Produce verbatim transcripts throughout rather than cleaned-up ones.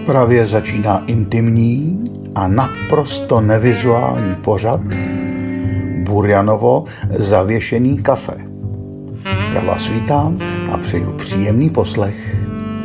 Právě začíná intimní a naprosto nevizuální pořad Burjanovo zavěšený kafe. Já vás vítám a přeju příjemný poslech.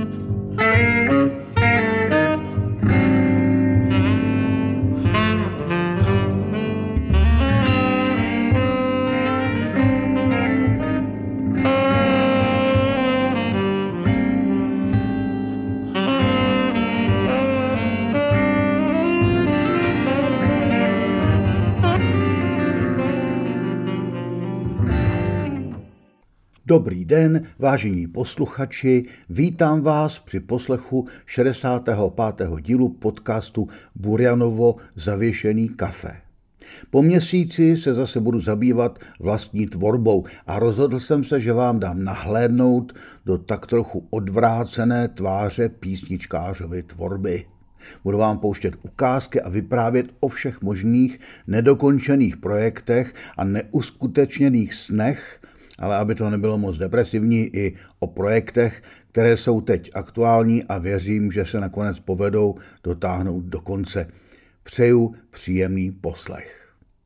Dobrý den, vážení posluchači, vítám vás při poslechu šedesátého pátého dílu podcastu Burjanovo zavěšený kafe. Po měsíci se zase budu zabývat vlastní tvorbou a rozhodl jsem se, že vám dám nahlédnout do tak trochu odvrácené tváře písničkářovy tvorby. Budu vám pouštět ukázky a vyprávět o všech možných nedokončených projektech a neuskutečněných snech, ale aby to nebylo moc depresivní, i o projektech, které jsou teď aktuální a věřím, že se nakonec povedou dotáhnout do konce. Přeju příjemný poslech.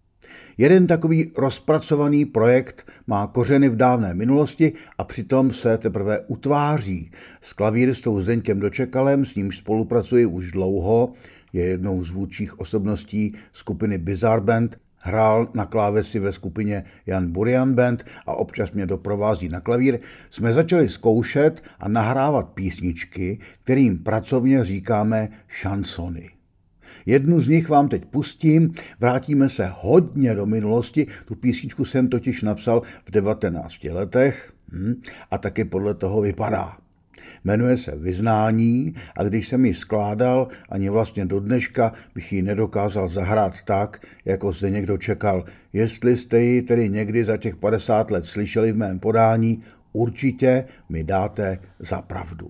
Jeden takový rozpracovaný projekt má kořeny v dávné minulosti a přitom se teprve utváří. S klavíristou Zdeňkem Dočekalem, s nímž spolupracuji už dlouho, je jednou z vůdčích osobností skupiny Bizarre Band. Hrál na klávesi ve skupině Jan Burjan Band a občas mě doprovází na klavír, jsme začali zkoušet a nahrávat písničky, kterým pracovně říkáme šansony. Jednu z nich vám teď pustím, vrátíme se hodně do minulosti, tu písničku jsem totiž napsal v devatenácti letech hm, a taky podle toho vypadá. Jmenuje se Vyznání a když jsem ji skládal, ani vlastně do dneška bych ji nedokázal zahrát tak, jako se někdo čekal. Jestli jste ji tedy někdy za těch padesát let slyšeli v mém podání, určitě mi dáte za pravdu.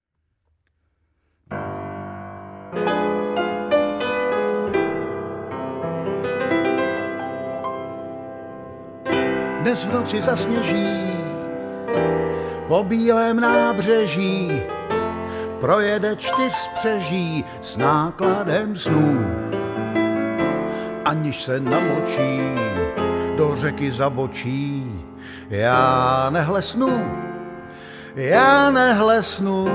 Dnes v noci zasněží, po bílém nábřeží projede čtyřspřeží s nákladem snů. Aniž se namočí, do řeky zabočí, já nehlesnu, já nehlesnu.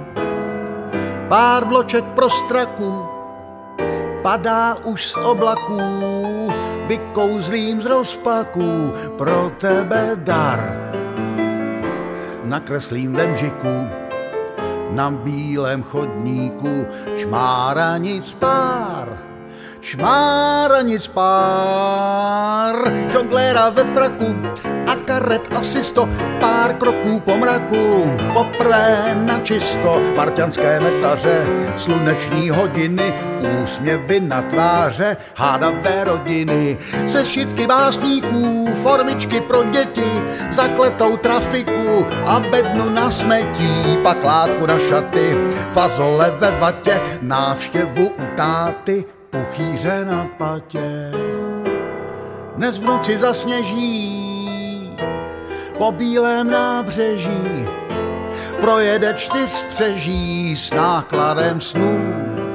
Pár vloček prostraku padá už z oblaků, vykouzlím z rozpaků pro tebe dar. Nakreslím vemžiku na bílém chodníku čmáranic pár, čmáranic pár, žongléra ve fraku a karet asi sto, pár kroků po mraku, poprvé na čisto, marťanské metaře, sluneční hodiny, úsměvy na tváře, hádavé rodiny, sešitky básníků, formičky pro děti, zakletou trafiku a bednu na smetí, pak látku na šaty, fazole ve vatě, návštěvu u táty, puchýře na patě. Dnes v noci zasněží, po bílém nábřeží projede čtyřspřeží s nákladem snů.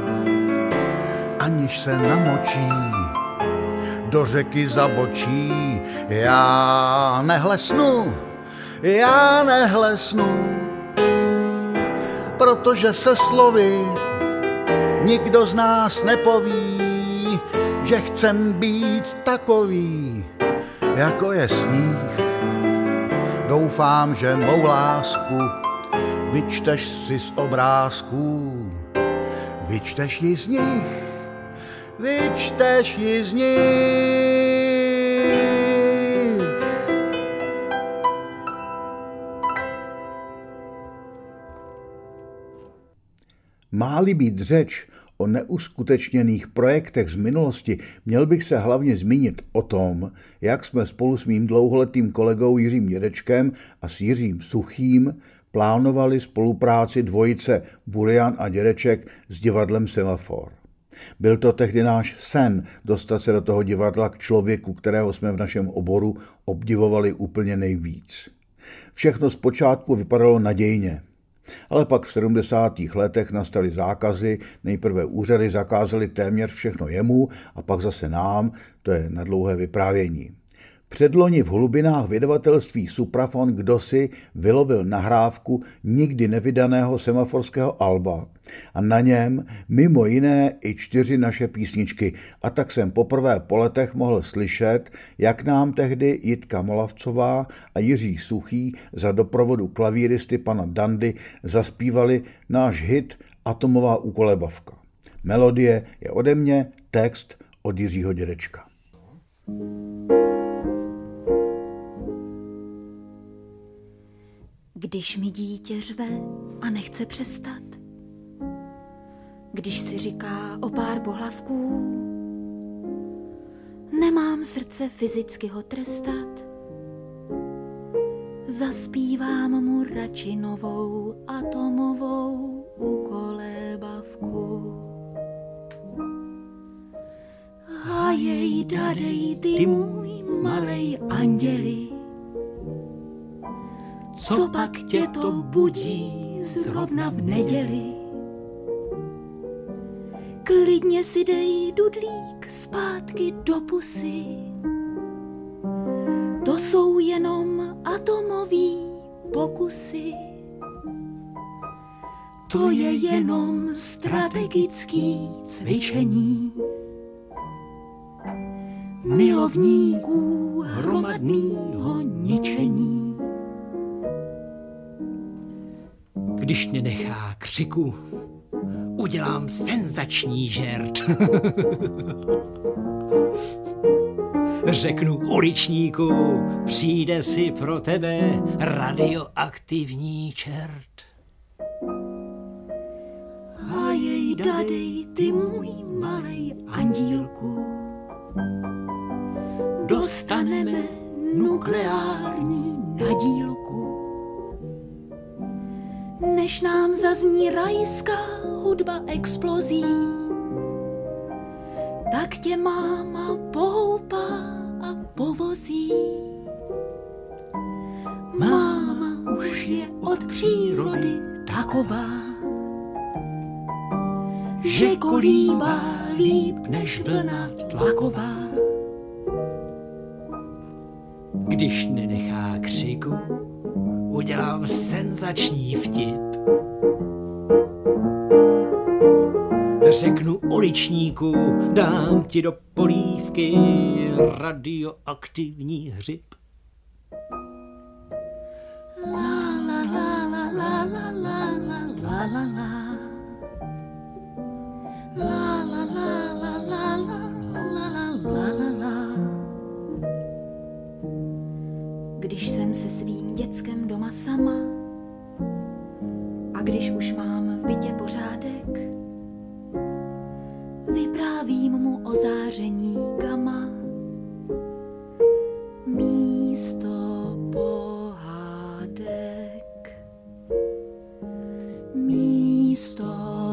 Aniž se namočí, do řeky zabočí, já nehlesnu, já nehlesnu, protože se slovy nikdo z nás nepoví, že chcem být takový, jako je sníh. Doufám, že mou lásku vyčteš si z obrázků, vyčteš ji z nich, vyčteš ji z nich. Má-li být řeč o neuskutečněných projektech z minulosti, měl bych se hlavně zmínit o tom, jak jsme spolu s mým dlouholetým kolegou Jiřím Dědečkem a s Jiřím Suchým plánovali spolupráci dvojice Burjan a Dědeček s divadlem Semafor. Byl to tehdy náš sen dostat se do toho divadla k člověku, kterého jsme v našem oboru obdivovali úplně nejvíc. Všechno zpočátku vypadalo nadějně. Ale pak v sedmdesátých letech nastaly zákazy, nejprve úřady zakázaly téměř všechno jemu a pak zase nám, to je na dlouhé vyprávění. Předloni v hlubinách vydavatelství Suprafon kdosi vylovil nahrávku nikdy nevydaného semaforského alba a na něm mimo jiné i čtyři naše písničky a tak jsem poprvé po letech mohl slyšet, jak nám tehdy Jitka Molavcová a Jiří Suchý za doprovodu klavíristy pana Dandy zaspívali náš hit Atomová úkolebavka. Melodie je ode mě, text od Jiřího Dědečka. Když mi dítě řve a nechce přestat, když si říká o pár pohlavků, nemám srdce fyzicky ho trestat, zaspívám mu radši novou atomovou úkolébavku. Hajej, dadej, ty můj malej anděli, co pak tě to budí zrovna v neděli? Klidně si dej dudlík zpátky do pusy, to jsou jenom atomový pokusy. To je jenom strategický cvičení milovníků hromadného ničení. Když nenechá křiku, udělám senzační žert. Řeknu uličníku, přijde si pro tebe radioaktivní čert. Hajej, dadej, ty můj malej andílku, dostaneme nukleární nadílku. Než nám zazní rajská hudba explozí, tak tě máma pohoupá a povozí. Máma už je od přírody taková, že kolíbá líp než vlna tlaková. Když nenechá křiku, udělám senzační vtip. Řeknu uličníku, dám ti do polívky radioaktivní hřib. La la la la la la la la la la. La la la la la la la la la la. Když jsem se svým děckem doma sama a když už mám v bytě pořádek, vyprávím mu o záření gamma místo pohádek. Místo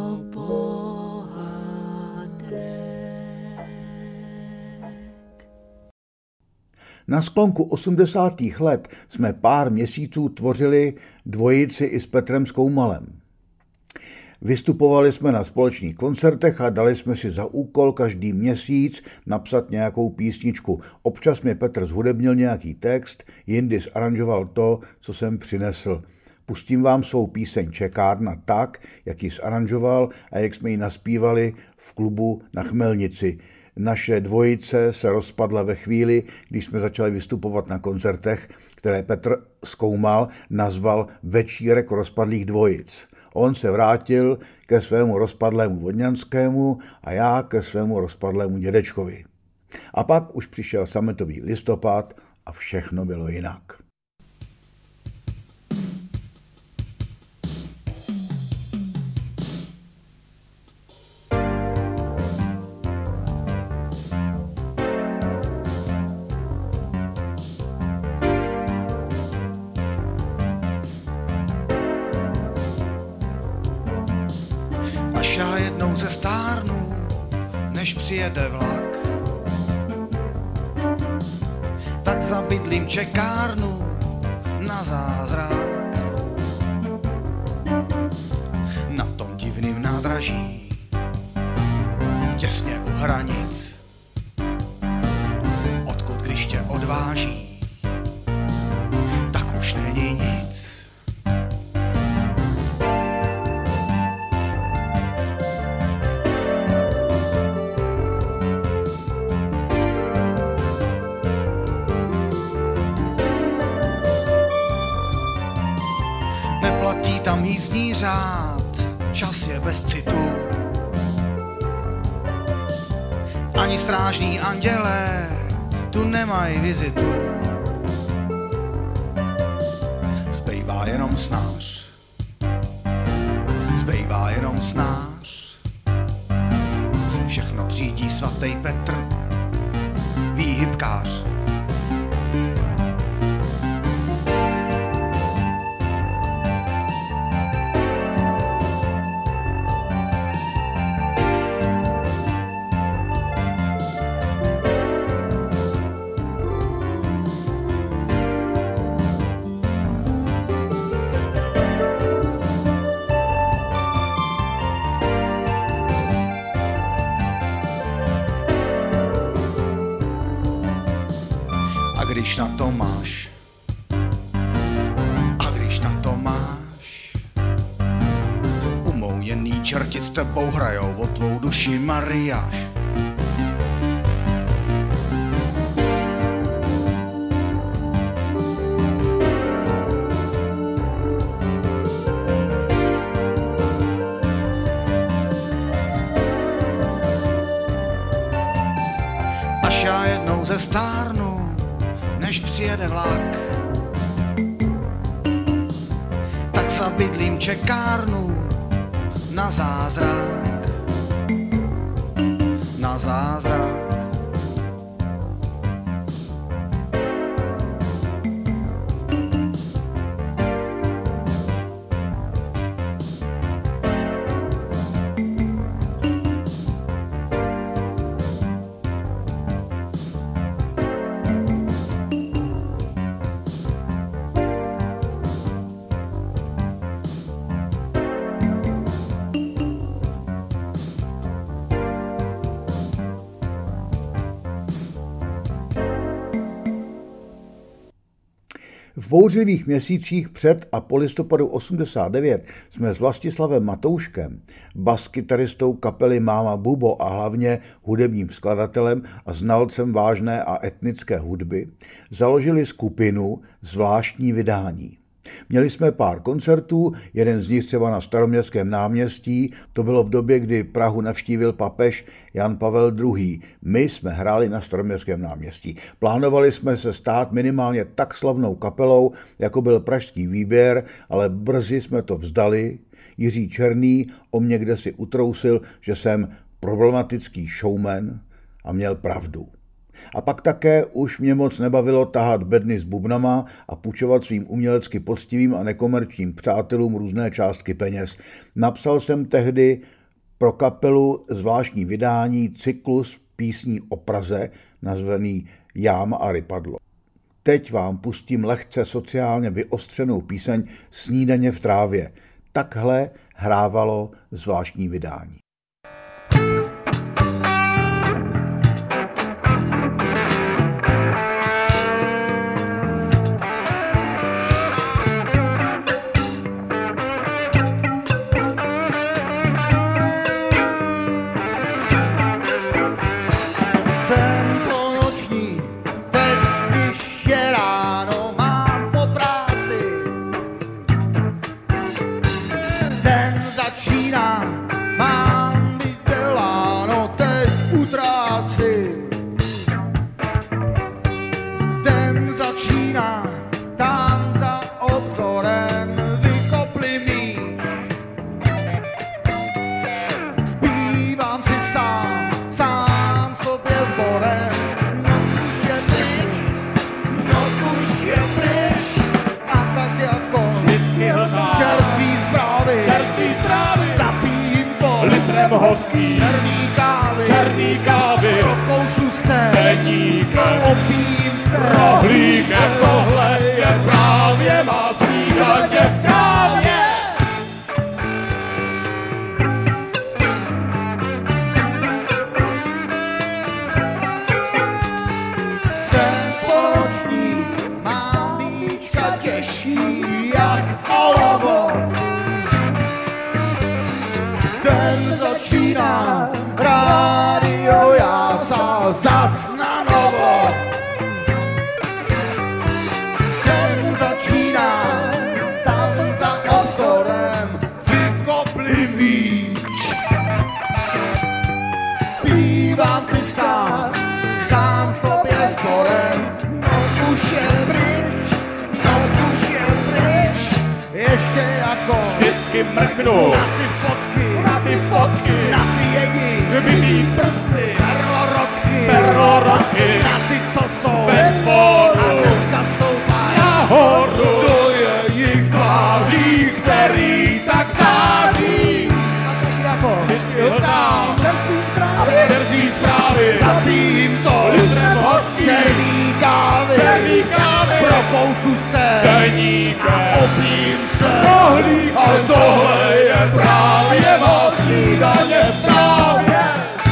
Na sklonku osmdesátých let jsme pár měsíců tvořili dvojici i s Petrem Skoumalem. Vystupovali jsme na společných koncertech a dali jsme si za úkol každý měsíc napsat nějakou písničku. Občas mi Petr zhudebnil nějaký text, jindy zaranžoval to, co jsem přinesl. Pustím vám svou píseň Čekárna tak, jak ji zaranžoval a jak jsme ji naspívali v klubu na Chmelnici. Naše dvojice se rozpadla ve chvíli, když jsme začali vystupovat na koncertech, které Petr Skoumal nazval Večírek rozpadlých dvojic. On se vrátil ke svému rozpadlému Vodňanskému a já ke svému rozpadlému dědečkovi. A pak už přišel sametový listopad a všechno bylo jinak. Až já jednou zestárnu, než přijede vlak, tak zabydlím čekárnu na zázrak. nádraží, těsně u hranic, odkud když tě odváží, tak už není nic. Neplatí tam jízdní řád, čas je bez citu. Ani strážní andělé tu nemají vizitu. Zbývá jenom snář, zbývá jenom snář. Všechno řídí svatý Petr, výhybkář. Když na to máš, a když na to máš, umouněný čerti s tebou hrajou o tvou duši mariáš. Až já jednou zestárnu, než přijede vlak, tak zabydlím čekárnu na zázrak, na zázrak. V bouřlivých měsících před a po listopadu osmdesát devět jsme s Vlastislavem Matouškem, baskytaristou kapely Máma Bubo a hlavně hudebním skladatelem a znalcem vážné a etnické hudby, založili skupinu Zvláštní vydání. Měli jsme pár koncertů, jeden z nich třeba na Staroměstském náměstí, to bylo v době, kdy Prahu navštívil papež Jan Pavel druhý. My jsme hráli na Staroměstském náměstí. Plánovali jsme se stát minimálně tak slavnou kapelou, jako byl pražský výběr, ale brzy jsme to vzdali. Jiří Černý o mě kdesi utrousil, že jsem problematický showman a měl pravdu. A pak také už mě moc nebavilo tahat bedny s bubnama a půjčovat svým umělecky poctivým a nekomerčním přátelům různé částky peněz. Napsal jsem tehdy pro kapelu Zvláštní vydání cyklus písní o Praze, nazvaný Jáma a rypadlo. Teď vám pustím lehce sociálně vyostřenou píseň Snídaně v trávě. Takhle hrávalo Zvláštní vydání. Hořký, černý kávy, černý kávy, prokoušu se, peníkem, opím se, rohlíkem, tohle je právě má snídaně v trávě. ještě jako vždycky mrknu na ty fotky, na ty fotky, na ty jejich vybitý prsty, perlorodky, perlorodky, na ty, co jsou ve dvoru a dneska stoupají nahoru do jejich tváří, který tak září. A tak jako vždycky hltám čerstvý zprávy, čerstvý zprávy, zapijím to litrem hořký, černý kávy, černý kávy, propoušu se deníkem, opím se rohlíkem. a tohle je právě má snídaně v trávě.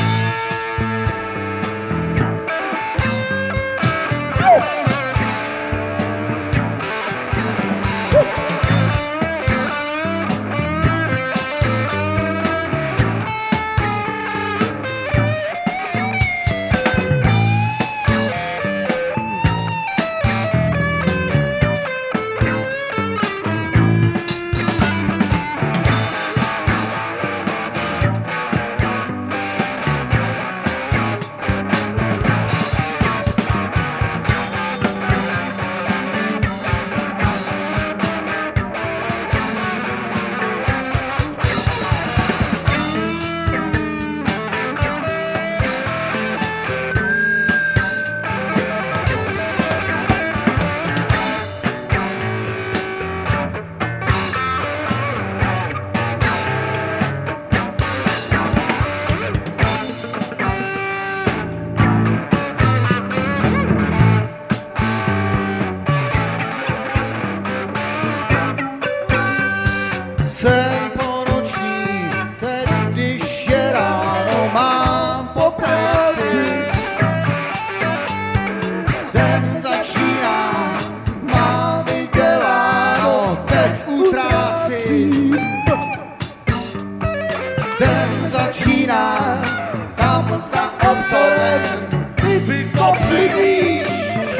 Jsem ponoční, teď když je ráno, mám po práci. Den začíná, mám vyděláno, teď utrácím. Den začíná, tam za obzorem, ty to vidíš.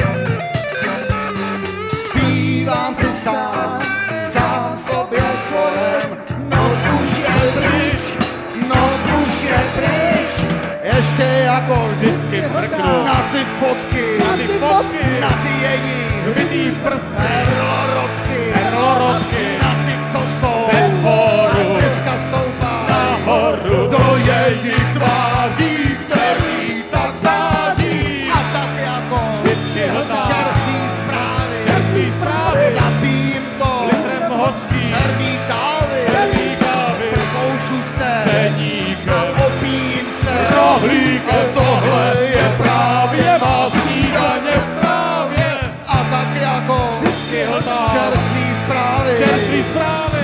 Zpívám si sám, sám sobě zvolem, noc už je pryč, noc už je pryč. Ještě jako vždycky mrknu na ty fotky, na ty fotky, na ty jejich hbitý prsty, perlorodky, perlorodky, na ty, co jsou ve dvoru, a dneska stoupá nahoru do jejich tváří, který tak září. A tak jako vždycky hltám čerstvý zprávy, čerstvý zprávy, zapijím to litrem hořký, černý kávy, černý kávy, propoušu se deníkem, opím se rohlíkem. Tohle je právě má snídaně v trávě. A tak jako vždycky hltám čerstvý zprávy, čerstvý zprávy.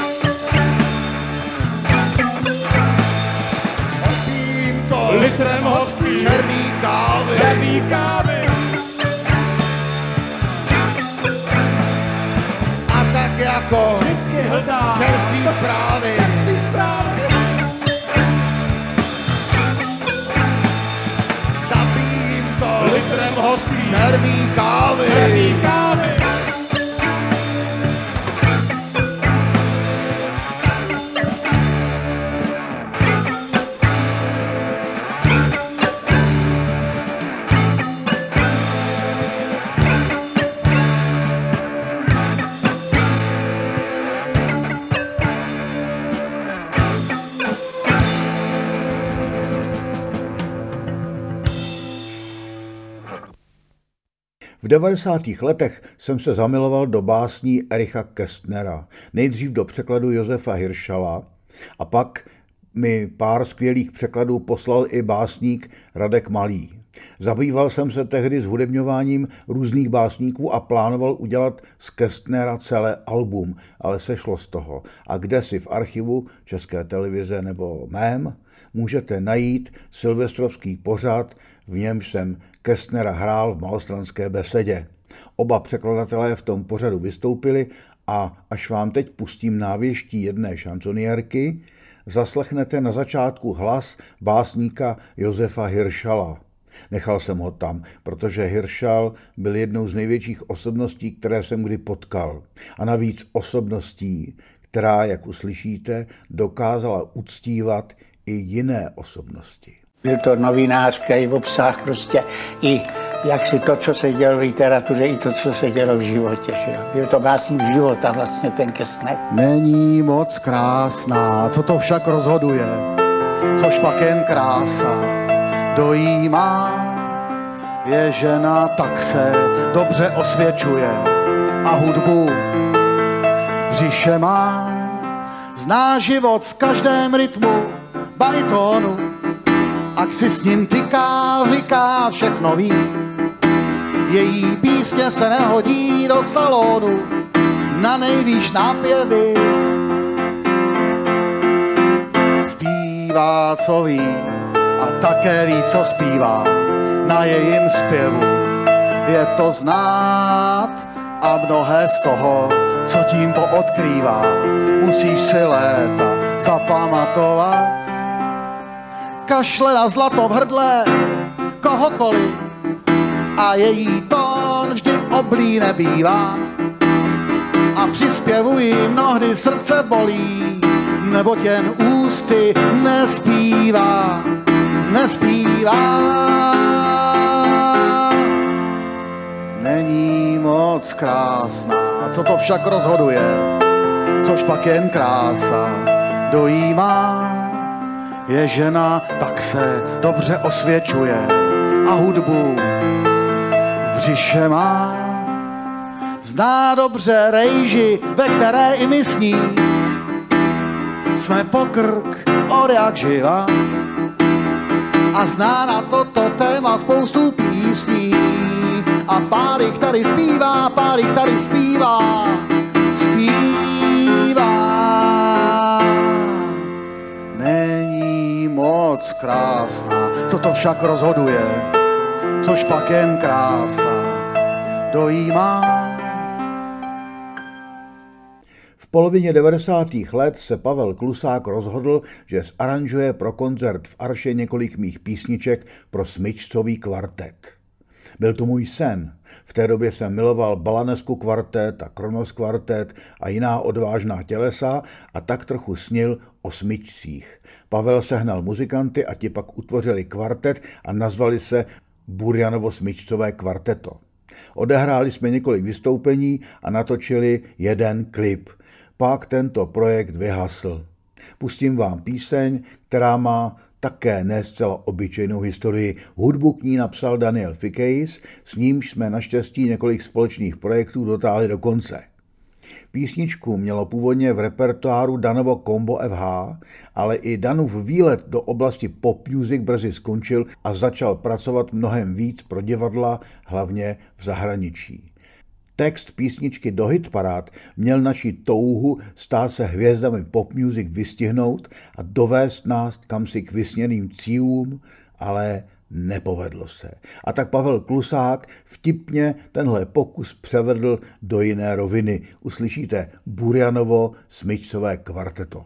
Opím to litrem hořký, černý kávy, černý kávy. A tak jako vždycky hltám čerstvý zprávy, čerstvý zprávy. Zapijím to litrem hořký, černý kávy, černý kávy. V devadesátých letech jsem se zamiloval do básní Ericha Kästnera, nejdřív do překladu Josefa Hirschala a pak mi pár skvělých překladů poslal i básník Radek Malý. Zabýval jsem se tehdy s hudebňováním různých básníků a plánoval udělat z Kästnera celé album, ale sešlo z toho. A kde si v archivu České televize nebo mém můžete najít silvestrovský pořad, v němž jsem Kästnera hrál v Malostranské besedě. Oba překladatelé v tom pořadu vystoupili a až vám teď pustím návěští jedné šansonierky, zaslechnete na začátku hlas básníka Josefa Hirschala. Nechal jsem ho tam, protože Hirschal byl jednou z největších osobností, které jsem kdy potkal. A navíc osobností, která, jak uslyšíte, dokázala uctívat i jiné osobnosti. Byl to novinář, který obsah prostě i jak si to, co se dělo v literatuře, i to, co se dělo v životě. Že jo? Byl to básník života vlastně ten Kestner. Není moc krásná, co to však rozhoduje, což pak jen krása dojímá. Je žena, tak se dobře osvědčuje a hudbu v břiše má. Zná život v každém rytmu, baritónu, ak si s ním tyká, vyká, všechno ví. Její písně se nehodí do salonu, na nejvýš nápěvy. Zpívá, co ví, a také ví, co zpívá. Na jejím zpěvu je to znát a mnohé z toho, co tím poodkrývá, musíš si léta zapamatovat. Kašle na zlato v hrdle kohokoliv a její tón vždy oblí nebývá. A při zpěvu jí mnohdy srdce bolí, nebo jen ústy nespívá, nespívá. Není moc krásná, co to však rozhoduje, což pak jen krása dojímá. Je žena, tak se dobře osvědčuje a hudbu v břiše má. Zná dobře rejži, ve které i my s ní jsme pokrk od jak živa. A zná na toto téma spoustu písní a páry, který zpívá, páry, který zpívá, zpívá. Není moc krásná, co to však rozhoduje, což pak jen krása dojímá. V polovině devadesátých let se Pavel Klusák rozhodl, že zaranžuje pro koncert v Arše několik mých písniček pro smyčcový kvartet. Byl to můj sen. V té době jsem miloval Balanesku kvartet a Kronos kvartet a jiná odvážná tělesa a tak trochu snil o smyčcích. Pavel sehnal muzikanty a ti pak utvořili kvartet a nazvali se Burjanovo smyčcové kvarteto. Odehráli jsme několik vystoupení a natočili jeden klip. Pak tento projekt vyhasl. Pustím vám píseň, která má také ne zcela obyčejnou historii. Hudbu k ní napsal Daniel Fikejs, s nímž jsme naštěstí několik společných projektů dotáhli do konce. Písničku mělo původně v repertoáru Danovo kombo F H, ale i Danův výlet do oblasti pop music brzy skončil a začal pracovat mnohem víc pro divadla, hlavně v zahraničí. Text písničky do hitparád měl naši touhu stát se hvězdami pop music vystihnout a dovést nás kamsi k vysněným cílům, ale nepovedlo se. A tak Pavel Klusák vtipně tenhle pokus převedl do jiné roviny. Uslyšíte Burjanovo smyčcové kvarteto.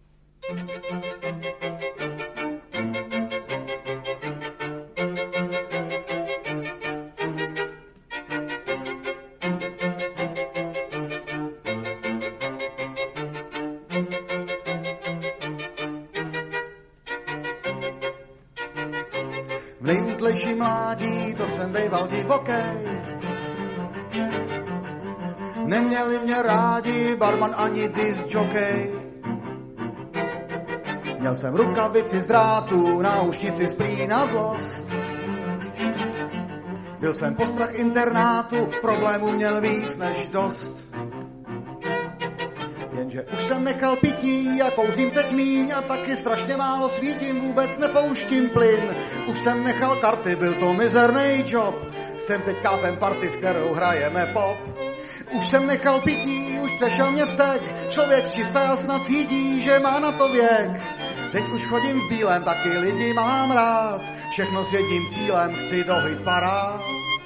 V nejútlejší mládí to jsem bejval divokej. Neměli mě rádi barman ani disc jockey. Měl jsem rukavici z drátu, náušnici z prý na zlost. Byl jsem postrach internátu, problémů měl víc než dost. Jenže už jsem nechal pití a kouřím teď míň a taky strašně málo svítím, vůbec nepouštím plyn. Už jsem nechal karty, byl to mizerný job, jsem teď kápem party, s kterou hrajeme pop. Už jsem nechal pití, už přešel městek, člověk z čisté jasna cítí, že má na to věk. Teď už chodím v bílém, taky lidi mám rád, všechno s jedním cílem, chci do hitparád.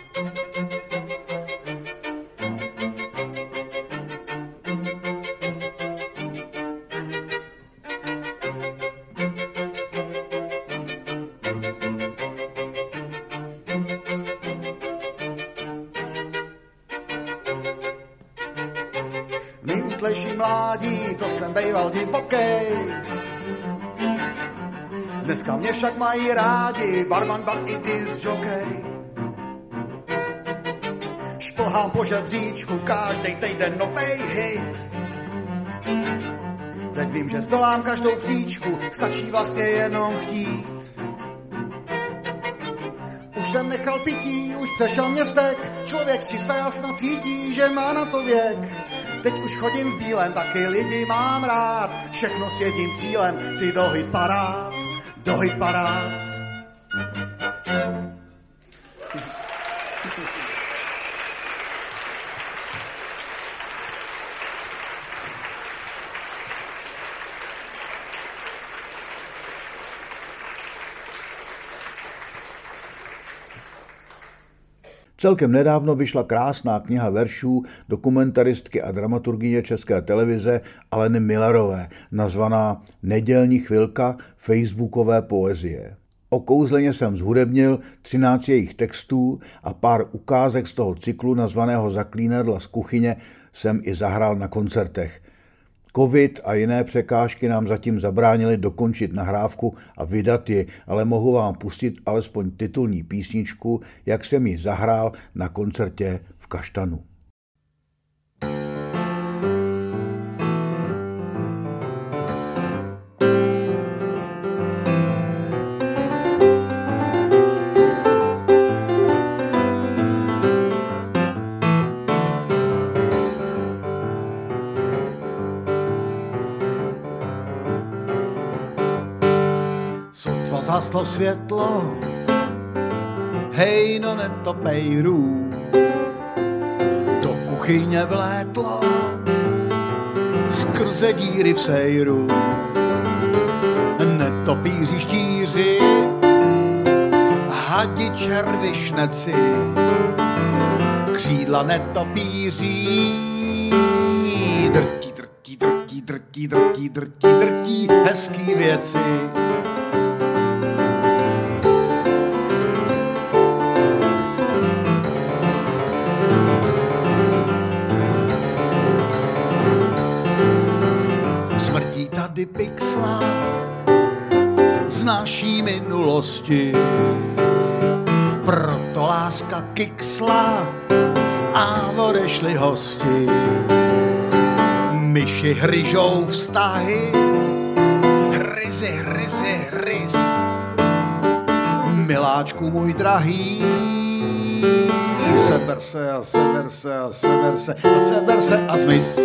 Nejútlejší mládí, to jsem bejval divokej. Dneska mě však mají rádi barman, bar i disc jockey. šplhám po žebříčku, každej týden novej hit. Teď vím, že zdolám každou příčku, stačí vlastně jenom chtít. Už jsem nechal pití, už přešel městek, člověk si jasno cítí, že má na to věk. Teď už chodím v bílém, taky lidi mám rád, všechno s jedním cílem, chci do hit parád, do hit parád. Celkem nedávno vyšla krásná kniha veršů dokumentaristky a dramaturgyně České televize Aleny Millerové, nazvaná Nedělní chvilka facebookové poezie. Okouzleně jsem zhudebnil třináct jejich textů a pár ukázek z toho cyklu nazvaného Zaklínadla z kuchyně jsem i zahrál na koncertech. Covid a jiné překážky nám zatím zabránili dokončit nahrávku a vydat ji, ale mohu vám pustit alespoň titulní písničku, jak jsem ji zahrál na koncertě v Kaštanu. Zaslo světlo, hej, no netopejrů, do kuchyně vlétlo, skrze díry v sejru. Netopíři štíři, hadi červi šneci, křídla netopíří, drtí, drtí, drtí, drtí, drtí, drtí, drtí, hezký věci. Tady pixla z naší minulosti, proto láska kiksla a odešli hosti. Myši hryžou vztahy, hryzy, hryzy, hryz. Miláčku můj drahý, seber se a seber se a seber se a seber se a zmiz.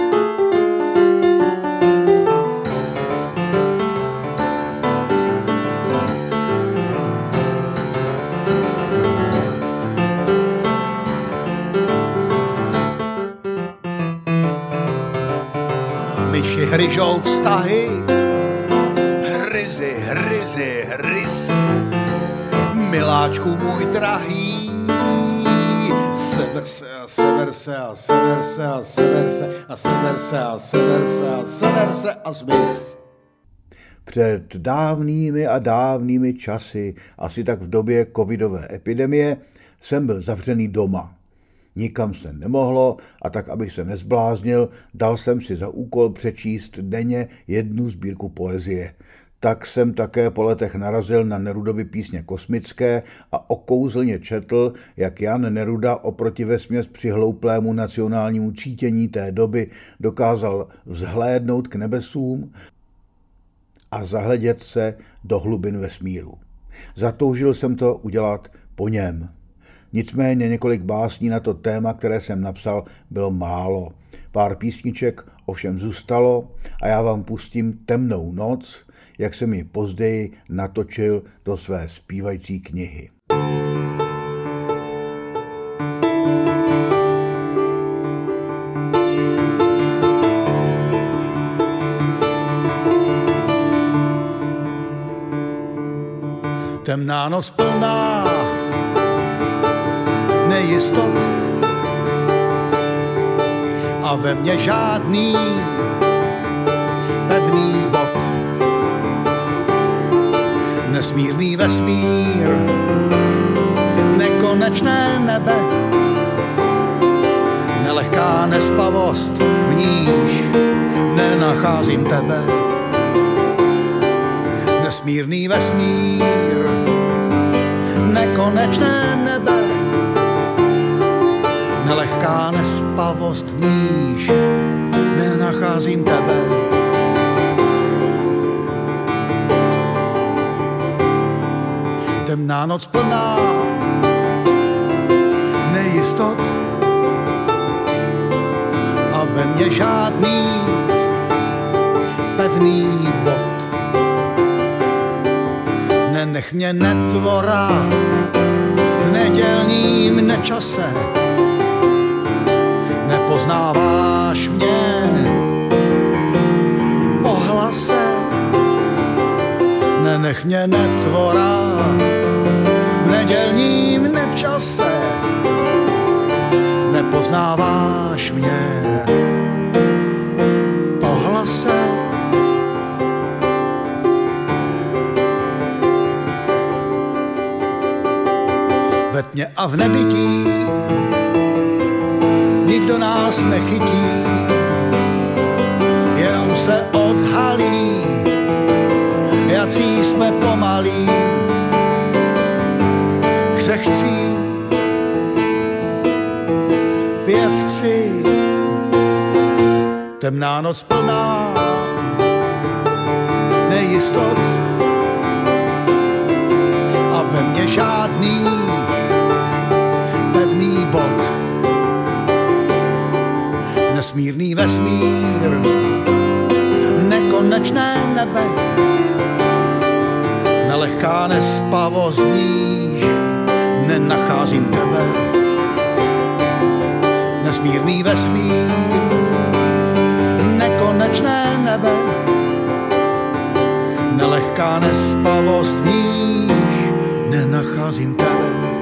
Myši hryžou vztahy, hryzy, hryzy, hryz. Miláčku můj drahý, seber se a seber se a seber se a seber se a seber se a seber se a seber se a zmiz. Před dávnými a dávnými časy, asi tak v době covidové epidemie, jsem byl zavřený doma. Nikam se nemohlo a tak, abych se nezbláznil, dal jsem si za úkol přečíst denně jednu sbírku poezie. Tak jsem také po letech narazil na Nerudovy písně kosmické a okouzlně četl, jak Jan Neruda oproti vesměs přihlouplému nacionálnímu cítění té doby dokázal vzhlédnout k nebesům a zahledět se do hlubin vesmíru. Zatoužil jsem to udělat po něm. Nicméně několik básní na to téma, které jsem napsal, bylo málo. Pár písniček ovšem zůstalo a já vám pustím Temnou noc, jak jsem ji později natočil do své zpívající knihy. Temná noc plná nejistot a ve mně žádný pevný bod. Nesmírný vesmír, nekonečné nebe, nelehká nespavost, v níž nenacházím tebe. Nesmírný vesmír, nekonečné nebe, nelehká nespavost v níž, nenacházím tebe. Temná noc plná nejistot a ve mně žádný pevný bod. Nenech mě netvora v nedělním nečase, nepoznáváš mě po hlase. Nenech mě netvora v nedělním nečase, nepoznáváš mě po hlase. Ve tmě a v nebytí nikdo nás nechytí, jenom se odhalí, jací jsme pomalí, křehcí pěvci. Temná noc plná nejistot a ve mně žádný pevný bod. Nesmírný vesmír, nekonečné nebe, nelehká nespavost v níž, nenacházím tebe. Nesmírný vesmír, nekonečné nebe, nelehká nespavost v níž, nenacházím tebe.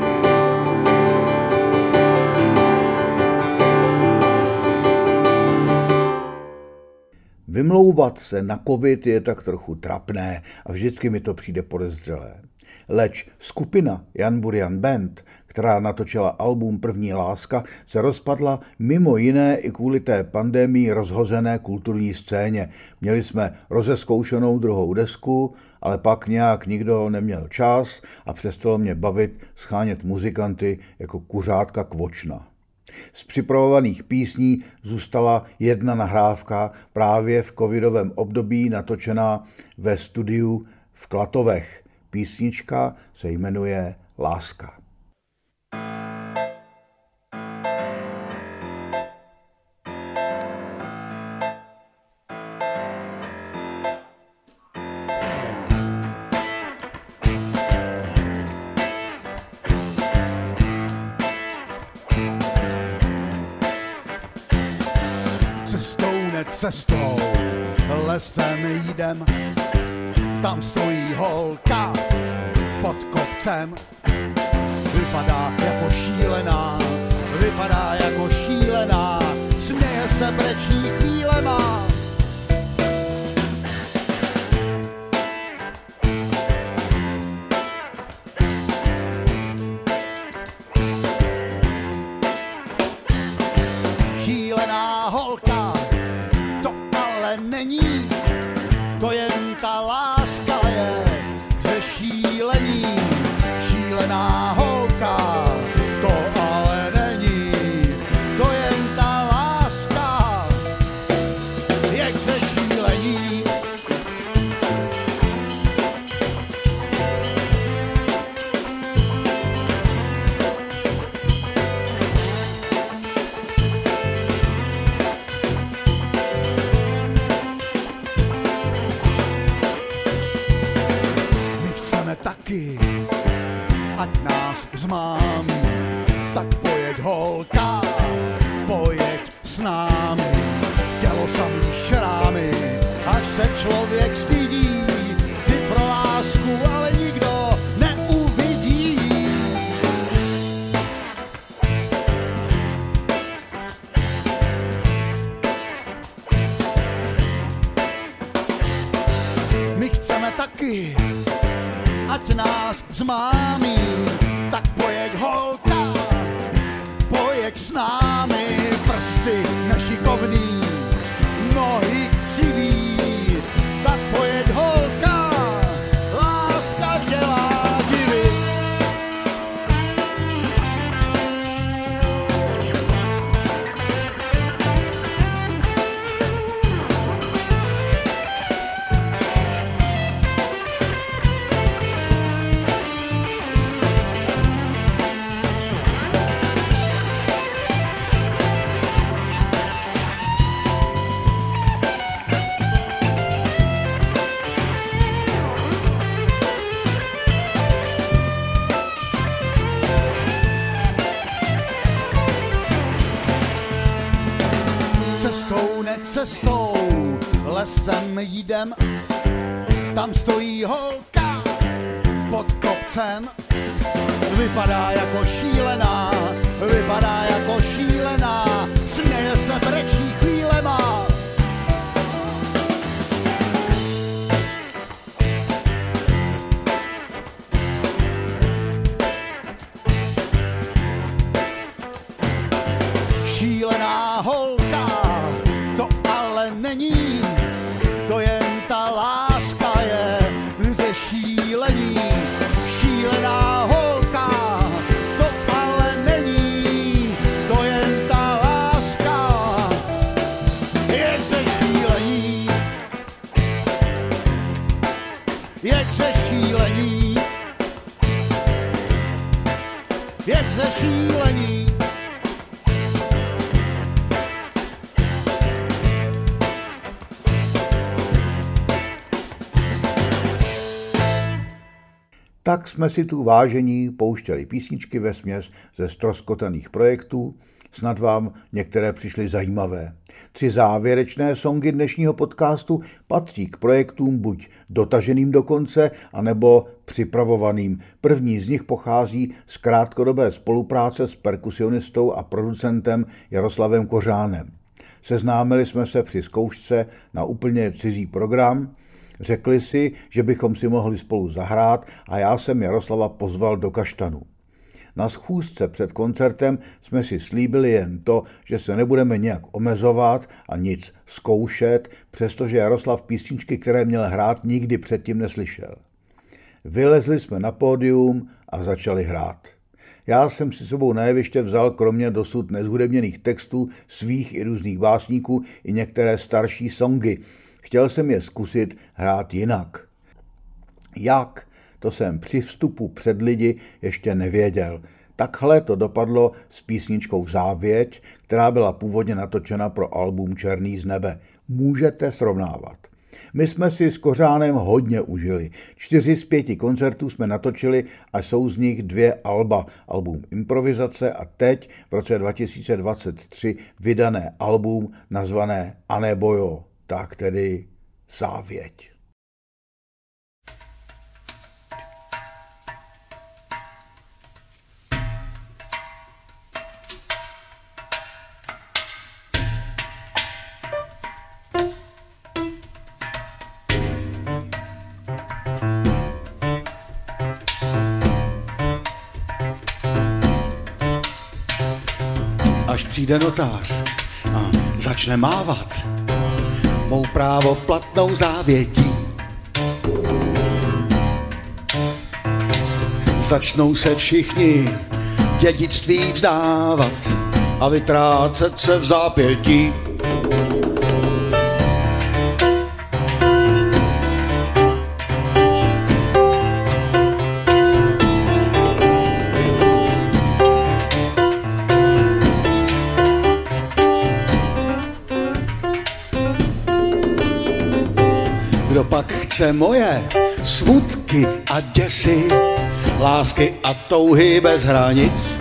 Vymlouvat se na covid je tak trochu trapné a vždycky mi to přijde podezřelé. Leč skupina Jan Burian Band, která natočila album První láska, se rozpadla mimo jiné i kvůli té pandemii rozhozené kulturní scéně. Měli jsme rozezkoušenou druhou desku, ale pak nějak nikdo neměl čas a přestalo mě bavit schánět muzikanty jako kuřátka kvočna. Z připravovaných písní zůstala jedna nahrávka právě v covidovém období natočená ve studiu v Klatovech. Písnička se jmenuje Láska. Cestou, lesem jdem, tam stojí holka pod kopcem. Vypadá jako šílená, vypadá jako šílená, směje se, brečí chvílema. Šílená holka, není, to jen ta láska je ze šílení. Šílená holka, to ale není, to jen ta láska je ze šílení. Taky, ať nás zmámí, tak pojeď holka, pojeď s námi, tělo samý šrámy, až se člověk stydí, ty pro lásku ale nikdo neuvidí. My chceme taky, ať nás zmámí, tak pojeď holka, pojeď s námi, prsty nešikovný, nohy křivý, tak pojeď holka, láska dělá divy. cestou, lesem jídem, tam stojí holka pod kopcem. Vypadá jako šílená, vypadá jako šílená, směje se, brečí chvílema. Šílená holka, to ale není, to jen ta láska je ze šílení. Šílená holka, to ale není, to jen ta láska je ze šílení. Je ze šílení. Je ze šílení. Tak jsme si tu, vážení, pouštěli písničky vesměs ze ztroskotaných projektů, snad vám některé přišly zajímavé. Tři závěrečné songy dnešního podcastu patří k projektům buď dotaženým do konce, anebo připravovaným. První z nich pochází z krátkodobé spolupráce s perkusionistou a producentem Jaroslavem Kořánem. Seznámili jsme se při zkoušce na úplně cizí program, řekli si, že bychom si mohli spolu zahrát a já jsem Jaroslava pozval do Kaštanu. Na schůzce před koncertem jsme si slíbili jen to, že se nebudeme nějak omezovat a nic zkoušet, přestože Jaroslav písničky, které měl hrát, nikdy předtím neslyšel. Vylezli jsme na pódium a začali hrát. Já jsem si sebou na jeviště vzal kromě dosud nezhudebněných textů svých i různých básníků i některé starší songy. Chtěl jsem je zkusit hrát jinak. Jak? To jsem při vstupu před lidi ještě nevěděl. Takhle to dopadlo s písničkou Závěť, která byla původně natočena pro album Černý z nebe. Můžete srovnávat. My jsme si s Kořánem hodně užili. Čtyři z pěti koncertů jsme natočili a jsou z nich dvě alba. Album Improvizace a teď v roce dva tisíce dvacet tři vydané album nazvané A nebo jo. Tak tedy Závěť. Až přijde notář a začne mávat mou právoplatnou závětí. Začnou se všichni dědictví vzdávat a vytrácet se v zápětí. Kdo pak chce moje smutky a děsy, lásky a touhy bez hranic?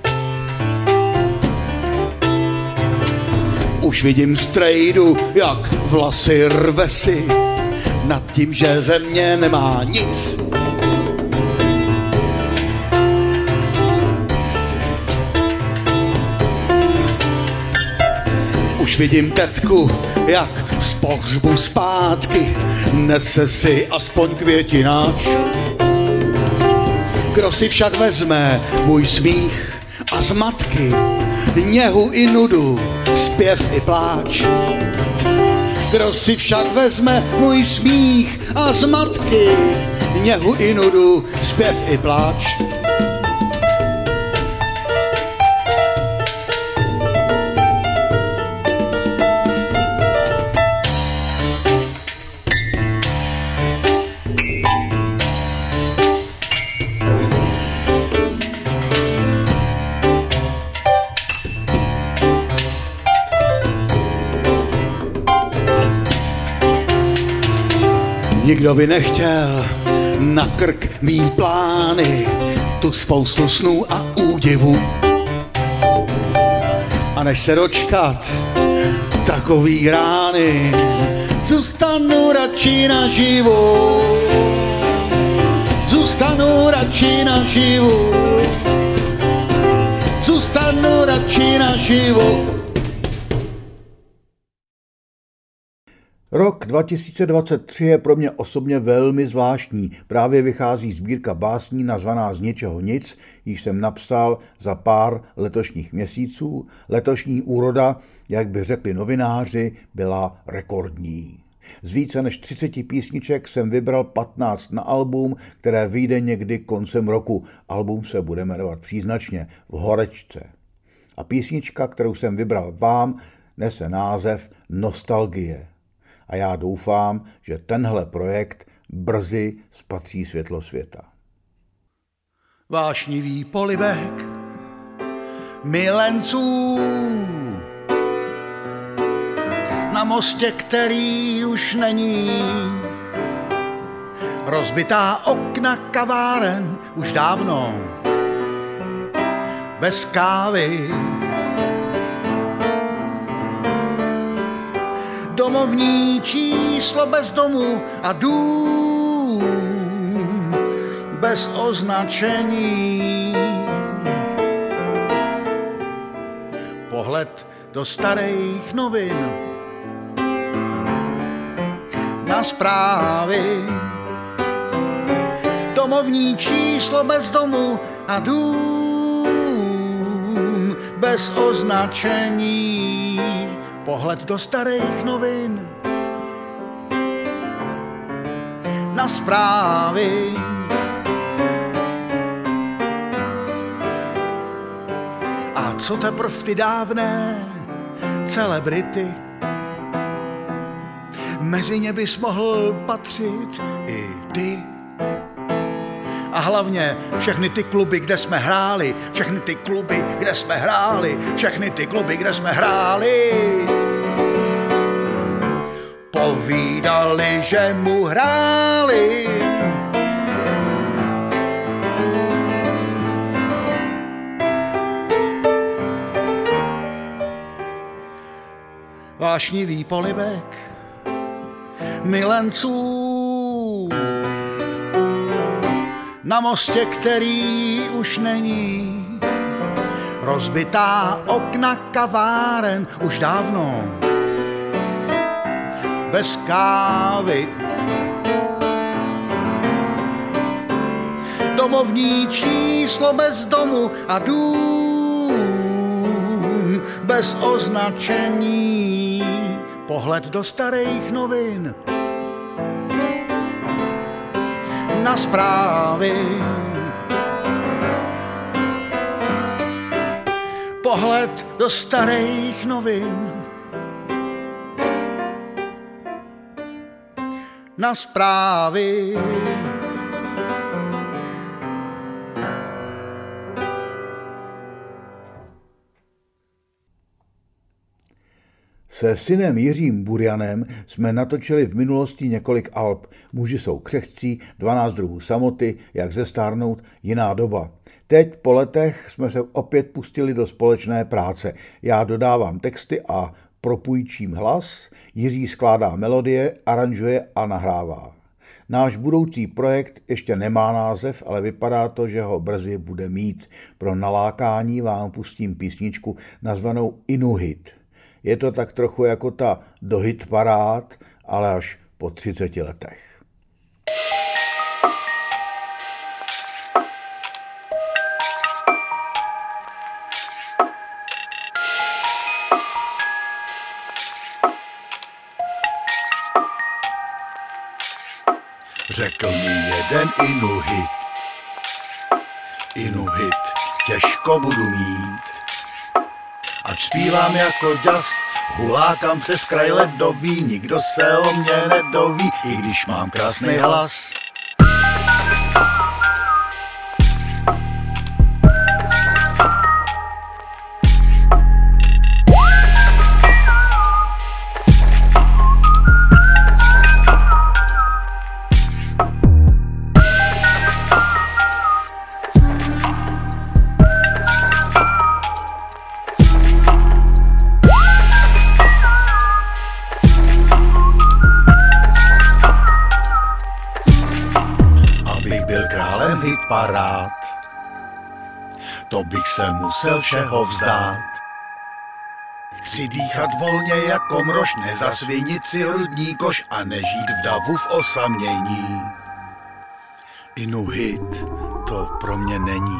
Už vidím strejdu, jak vlasy rve si nad tím, že země nemá nic. Už vidím tetku, jak z pohřbu zpátky nese si aspoň květináč. Kdo si však vezme můj smích a zmatky, něhu i nudu, zpěv i pláč. Kdo si však vezme můj smích a zmatky, něhu i nudu, zpěv i pláč. Nikdo by nechtěl na krk mý plány, tu spoustu snů a údivů. A než se dočkat takový rány, zůstanu radši naživu, zůstanu radši naživu, zůstanu radši naživu. Rok dva tisíce dvacet tři je pro mě osobně velmi zvláštní. Právě vychází sbírka básní nazvaná Z ničeho nic, již jsem napsal za pár letošních měsíců. Letošní úroda, jak by řekli novináři, byla rekordní. Z více než třiceti písniček jsem vybral patnáct na album, které vyjde někdy koncem roku. Album se bude jmenovat příznačně V horečce. A písnička, kterou jsem vybral vám, nese název Nostalgie. A já doufám, že tenhle projekt brzy spatří světlo světa. Vášnivý polibek milenců na mostě, který už není, rozbitá okna kaváren už dávno bez kávy, domovní číslo bez domu a dům bez označení. Pohled do starých novin na zprávy, domovní číslo bez domu a dům bez označení. Pohled do starých novin na zprávy, a co teprv ty dávné celebrity, mezi ně bys mohl patřit i ty. A hlavně všechny ty kluby, kde jsme hráli, všechny ty kluby, kde jsme hráli, všechny ty kluby, kde jsme hráli, povídali, že mu hráli. Vášnivý polibek milenců na mostě, který už není, rozbitá okna kaváren už dávno bez kávy, domovní číslo bez domu a dům bez označení. Pohled do starých novin na zprávy, pohled do starých novin na zprávy. Se synem Jiřím Burianem jsme natočili v minulosti několik alb. Muži jsou křehcí, dvanáct druhů samoty, jak zestárnout, jiná doba. Teď po letech jsme se opět pustili do společné práce. Já dodávám texty a propůjčím hlas, Jiří skládá melodie, aranžuje a nahrává. Náš budoucí projekt ještě nemá název, ale vypadá to, že ho brzy bude mít. Pro nalákání vám pustím písničku nazvanou Inuhit. Je to tak trochu jako ta do hit parád, ale až po třiceti letech. Řekl mi jeden Inuhit, Inuhit těžko budu mít, ať zpívám jako ďas, hulákám přes kraj ledový, nikdo se o mě nedoví, i když mám krásný hlas. aparát. To bych se musel všeho vzdát. Chci dýchat volně jako mrož, nezasvinit si hrudní koš a nežít v davu v osamění. Inuhit to pro mě není.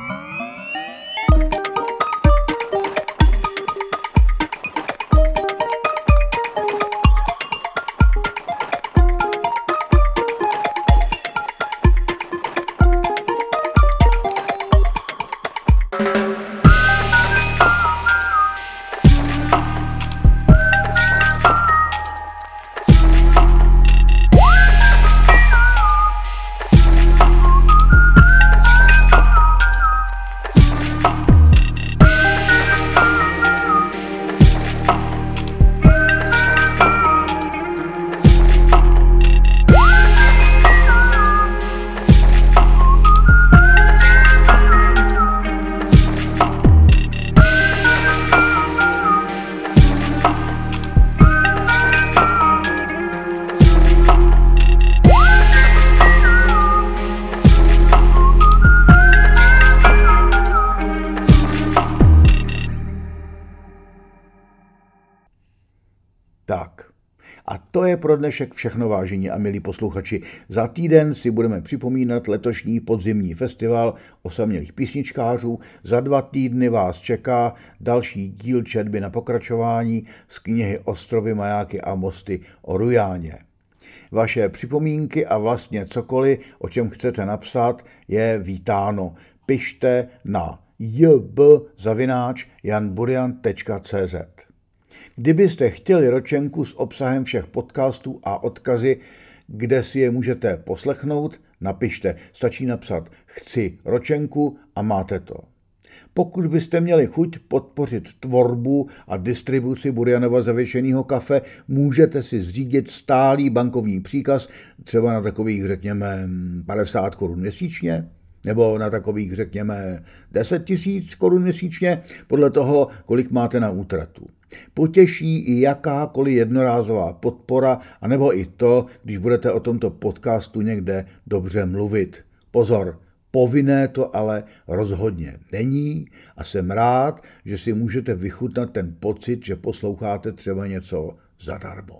Tak, a to je pro dnešek všechno, vážení a milí posluchači. Za týden si budeme připomínat letošní podzimní festival osamělých písničkářů. Za dva týdny vás čeká další díl četby na pokračování z knihy Ostrovy, majáky a mosty o Rujáně. Vaše připomínky a vlastně cokoliv, o čem chcete napsat, je vítáno. Pište na j b zavináč jan burian tečka c z. Kdybyste chtěli ročenku s obsahem všech podcastů a odkazy, kde si je můžete poslechnout, napište. Stačí napsat chci ročenku a máte to. Pokud byste měli chuť podpořit tvorbu a distribuci Burianova zavěšeného kafe, můžete si zřídit stálý bankovní příkaz, třeba na takových, řekněme, padesát korun měsíčně, nebo na takových, řekněme, deset tisíc korun měsíčně, podle toho, kolik máte na útratu. Potěší i jakákoliv jednorázová podpora, anebo i to, když budete o tomto podcastu někde dobře mluvit. Pozor, povinné to ale rozhodně není a jsem rád, že si můžete vychutnat ten pocit, že posloucháte třeba něco zadarmo.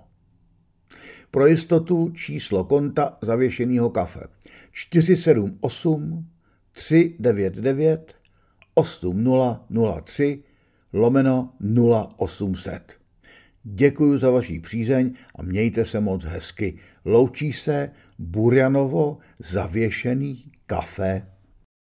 Pro jistotu číslo konta zavěšeného kafe čtyři sedm osm tři devět devět osm nula nula tři lomeno nula osm set. Děkuji za vaši přízeň a mějte se moc hezky. Loučí se Burianovo zavěšený kafe.